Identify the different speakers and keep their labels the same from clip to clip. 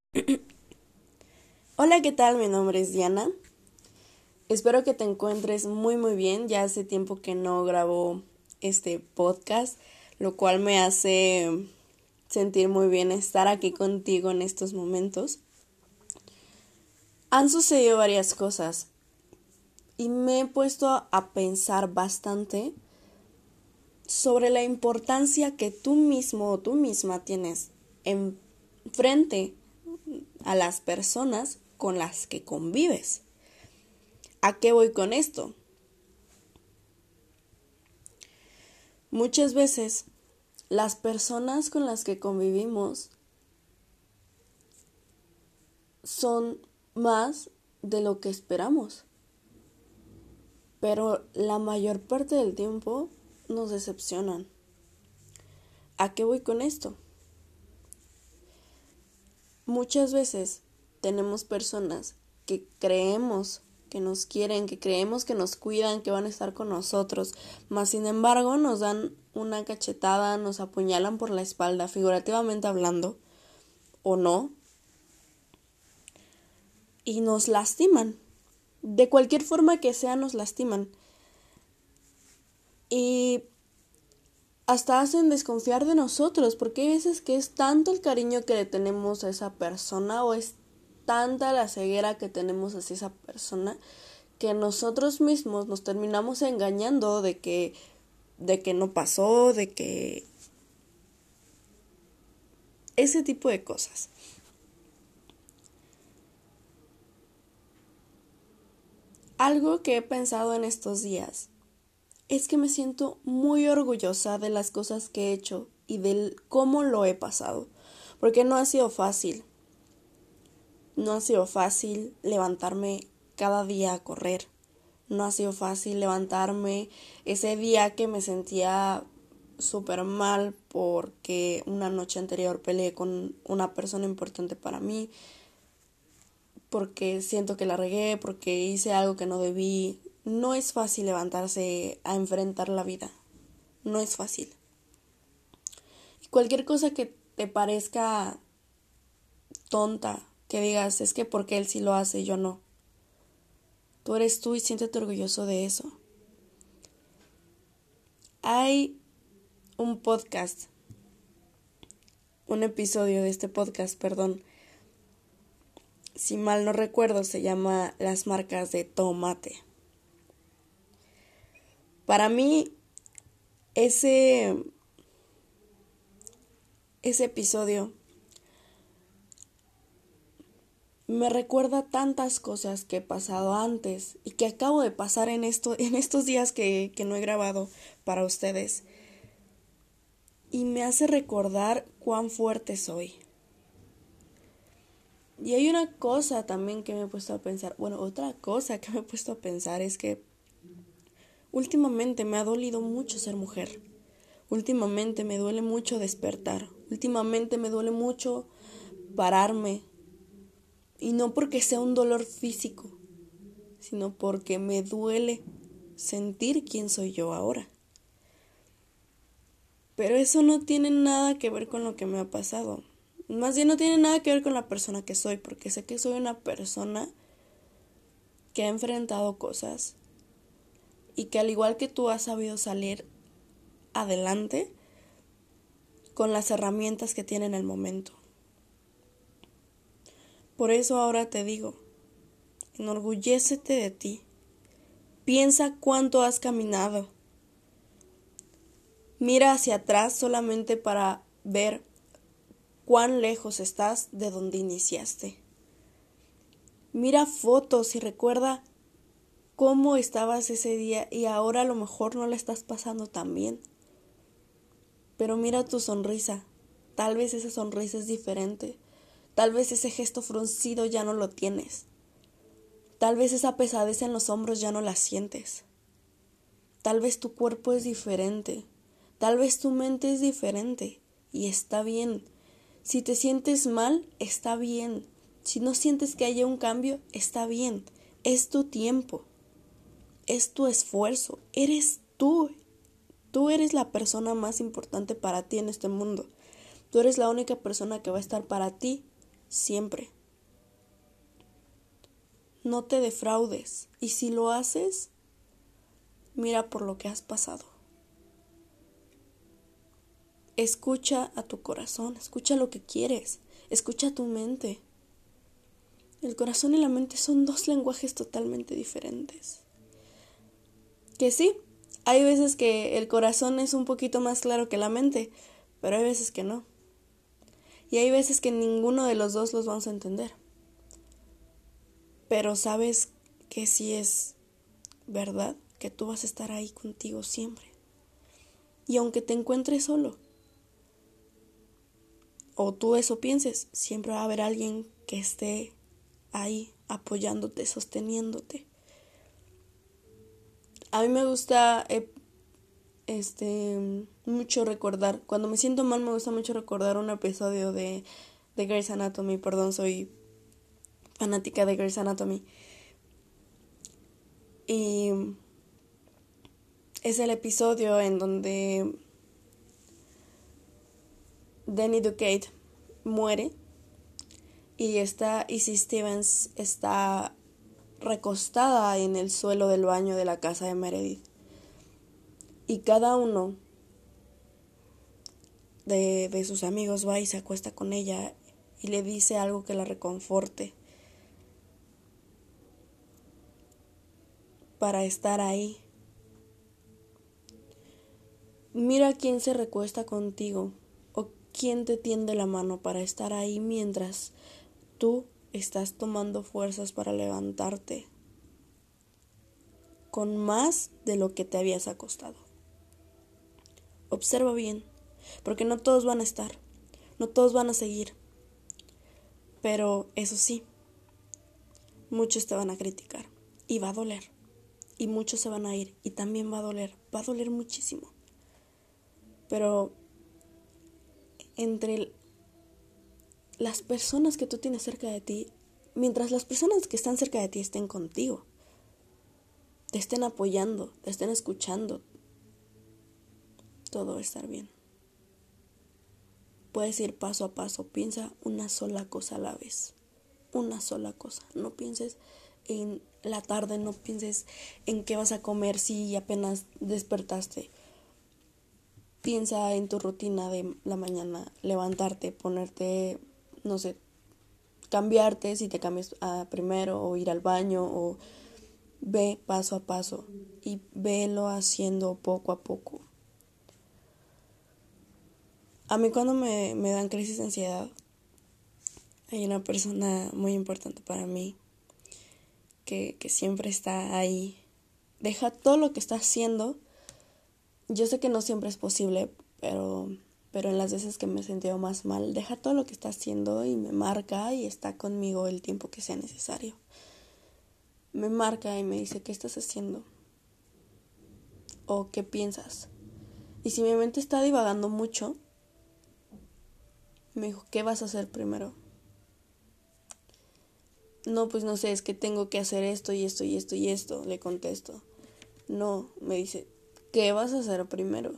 Speaker 1: Hola, ¿qué tal? Mi nombre es Diana. Espero que te encuentres muy bien. Ya hace tiempo que no grabo este podcast, lo cual me hace sentir muy bien estar aquí contigo en estos momentos. Han sucedido varias cosas y me he puesto a pensar bastante sobre la importancia que tú mismo o tú misma tienes en frente a las personas con las que convives. ¿A qué voy con esto? Muchas veces las personas con las que convivimos son más de lo que esperamos, pero la mayor parte del tiempo nos decepcionan. ¿A qué voy con esto? Muchas veces tenemos personas que creemos que nos quieren, que creemos que nos cuidan, que van a estar con nosotros, mas sin embargo nos dan una cachetada, nos apuñalan por la espalda, figurativamente hablando, o no, y nos lastiman. De cualquier forma que sea, nos lastiman. Y hasta hacen desconfiar de nosotros, porque hay veces que es tanto el cariño que le tenemos a esa persona o es tanta la ceguera que tenemos hacia esa persona que nosotros mismos nos terminamos engañando de que no pasó, de que ese tipo de cosas. Algo que he pensado en estos días es que me siento muy orgullosa de las cosas que he hecho y de cómo lo he pasado, porque no ha sido fácil. No ha sido fácil levantarme cada día a correr. No ha sido fácil levantarme ese día que me sentía súper mal porque una noche anterior peleé con una persona importante para mí, porque siento que la regué, porque hice algo que no debí. No es fácil levantarse a enfrentar la vida. No es fácil. Y cualquier cosa que te parezca tonta, que digas, es que porque él sí lo hace y yo no. Tú eres tú y siéntete orgulloso de eso. Hay un podcast, un episodio de este podcast, perdón, si mal no recuerdo, se llama Las marcas de tomate. Para mí, ese, ese episodio me recuerda tantas cosas que he pasado antes y que acabo de pasar en estos días que no he grabado para ustedes. Y me hace recordar cuán fuerte soy. Y hay una cosa también que me he puesto a pensar, otra cosa que me he puesto a pensar es que últimamente me ha dolido mucho ser mujer. Últimamente me duele mucho despertar. Últimamente me duele mucho pararme. Y no porque sea un dolor físico, sino porque me duele sentir quién soy yo ahora. Pero eso no tiene nada que ver con lo que me ha pasado. Más bien no tiene nada que ver con la persona que soy, porque sé que soy una persona que ha enfrentado cosas y que al igual que tú has sabido salir adelante con las herramientas que tiene en el momento. Por eso ahora te digo, enorgullécete de ti. Piensa cuánto has caminado. Mira hacia atrás solamente para ver cuán lejos estás de donde iniciaste. Mira fotos y recuerda cómo estabas ese día y ahora a lo mejor no la estás pasando tan bien. Pero mira tu sonrisa. Tal vez esa sonrisa es diferente. Tal vez ese gesto fruncido ya no lo tienes. Tal vez esa pesadez en los hombros ya no la sientes. Tal vez tu cuerpo es diferente. Tal vez tu mente es diferente. Y está bien. Si te sientes mal, está bien. Si no sientes que haya un cambio, está bien. Es tu tiempo. Es tu esfuerzo. Eres tú. Tú eres la persona más importante para ti en este mundo. Tú eres la única persona que va a estar para ti siempre. No te defraudes, y si lo haces, mira por lo que has pasado. Escucha a tu corazón, escucha lo que quieres, escucha a tu mente. El corazón y la mente son dos lenguajes totalmente diferentes. Que sí, hay veces que el corazón es un poquito más claro que la mente, pero hay veces que no. Y hay veces que ninguno de los dos los vamos a entender. Pero sabes que sí es verdad, que tú vas a estar ahí contigo siempre. Y aunque te encuentres solo, o tú eso pienses, siempre va a haber alguien que esté ahí apoyándote, sosteniéndote. A mí me gusta mucho recordar, cuando me siento mal me gusta mucho recordar un episodio de Grey's Anatomy, soy fanática de Grey's Anatomy. Y es el episodio en donde Danny Duquette muere y Izzy Stevens está recostada en el suelo del baño de la casa de Meredith. Y cada uno de sus amigos va y se acuesta con ella y le dice algo que la reconforte para estar ahí. Mira quién se recuesta contigo o quién te tiende la mano para estar ahí mientras tú estás tomando fuerzas para levantarte con más de lo que te habías acostado. Observa bien, porque no todos van a estar, no todos van a seguir, pero eso sí, muchos te van a criticar y va a doler, y muchos se van a ir y también va a doler muchísimo, pero entre las personas que tú tienes cerca de ti, mientras las personas que están cerca de ti estén contigo, te estén apoyando, te estén escuchando, todo va a estar bien. Puedes ir paso a paso, piensa una sola cosa a la vez, una sola cosa. No pienses en la tarde, no pienses en qué vas a comer si apenas despertaste. Piensa en tu rutina de la mañana, levantarte, ponerte, no sé, cambiarte si te cambias primero o ir al baño o ve paso a paso y velo haciendo poco a poco. A mí cuando me dan crisis de ansiedad, hay una persona muy importante para mí que siempre está ahí. Deja todo lo que está haciendo. Yo sé que no siempre es posible, pero en las veces que me he sentido más mal, deja todo lo que está haciendo y me marca y está conmigo el tiempo que sea necesario. Me marca y me dice, ¿qué estás haciendo? ¿O qué piensas? Y si mi mente está divagando mucho, me dijo, ¿qué vas a hacer primero? No, pues no sé, es que tengo que hacer esto y esto y esto y esto, le contesto. No, me dice, ¿qué vas a hacer primero?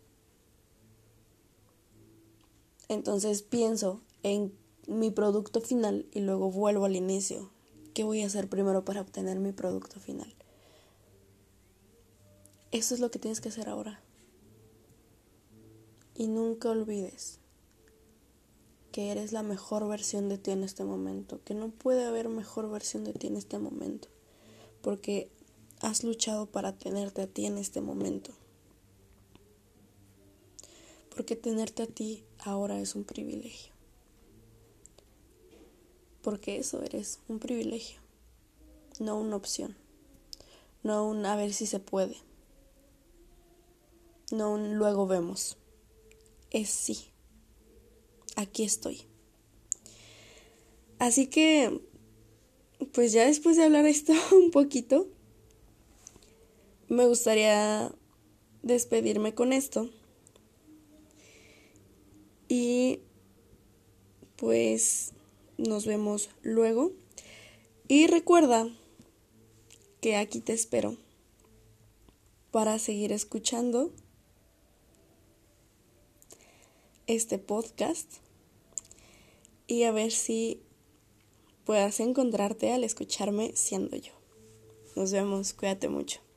Speaker 1: Entonces pienso en mi producto final y luego vuelvo al inicio. ¿Qué voy a hacer primero para obtener mi producto final? Eso es lo que tienes que hacer ahora. Y nunca olvides que eres la mejor versión de ti en este momento, que no puede haber mejor versión de ti en este momento, porque has luchado para tenerte a ti en este momento. Porque tenerte a ti ahora es un privilegio. Porque eso eres, un privilegio, no una opción, no un a ver si se puede, no un luego vemos, es sí, aquí estoy. Así que, pues ya después de hablar esto un poquito, me gustaría despedirme con esto. Y pues nos vemos luego. Y recuerda que aquí te espero para seguir escuchando este podcast y a ver si puedas encontrarte al escucharme siendo yo. Nos vemos, cuídate mucho.